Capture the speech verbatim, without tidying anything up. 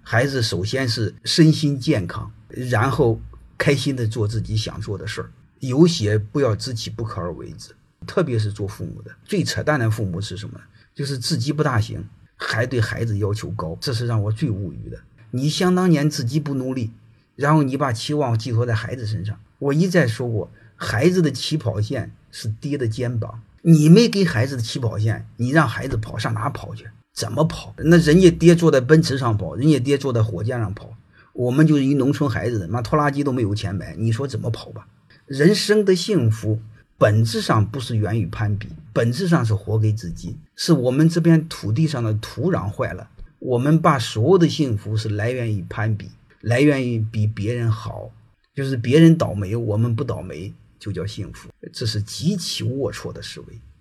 孩子首先是身心健康，然后开心的做自己想做的事儿，有些不要知其不可而为之。特别是做父母的，最扯淡的父母是什么？就是自己不大行，还对孩子要求高，这是让我最无语的。你想当年自己不努力，然后你把期望寄托在孩子身上。我一再说过，孩子的起跑线是爹的肩膀，你没给孩子的起跑线，你让孩子跑上哪跑去？怎么跑？那人家爹坐在奔驰上跑，人家爹坐在火箭上跑，我们就是一农村孩子，妈拖拉机都没有钱买，你说怎么跑吧？人生的幸福本质上不是源于攀比，本质上是活给自己，是我们这片土地上的土壤坏了，我们把所有的幸福是来源于攀比，来源于比别人好，就是别人倒霉我们不倒霉就叫幸福，这是极其龌龊的思维。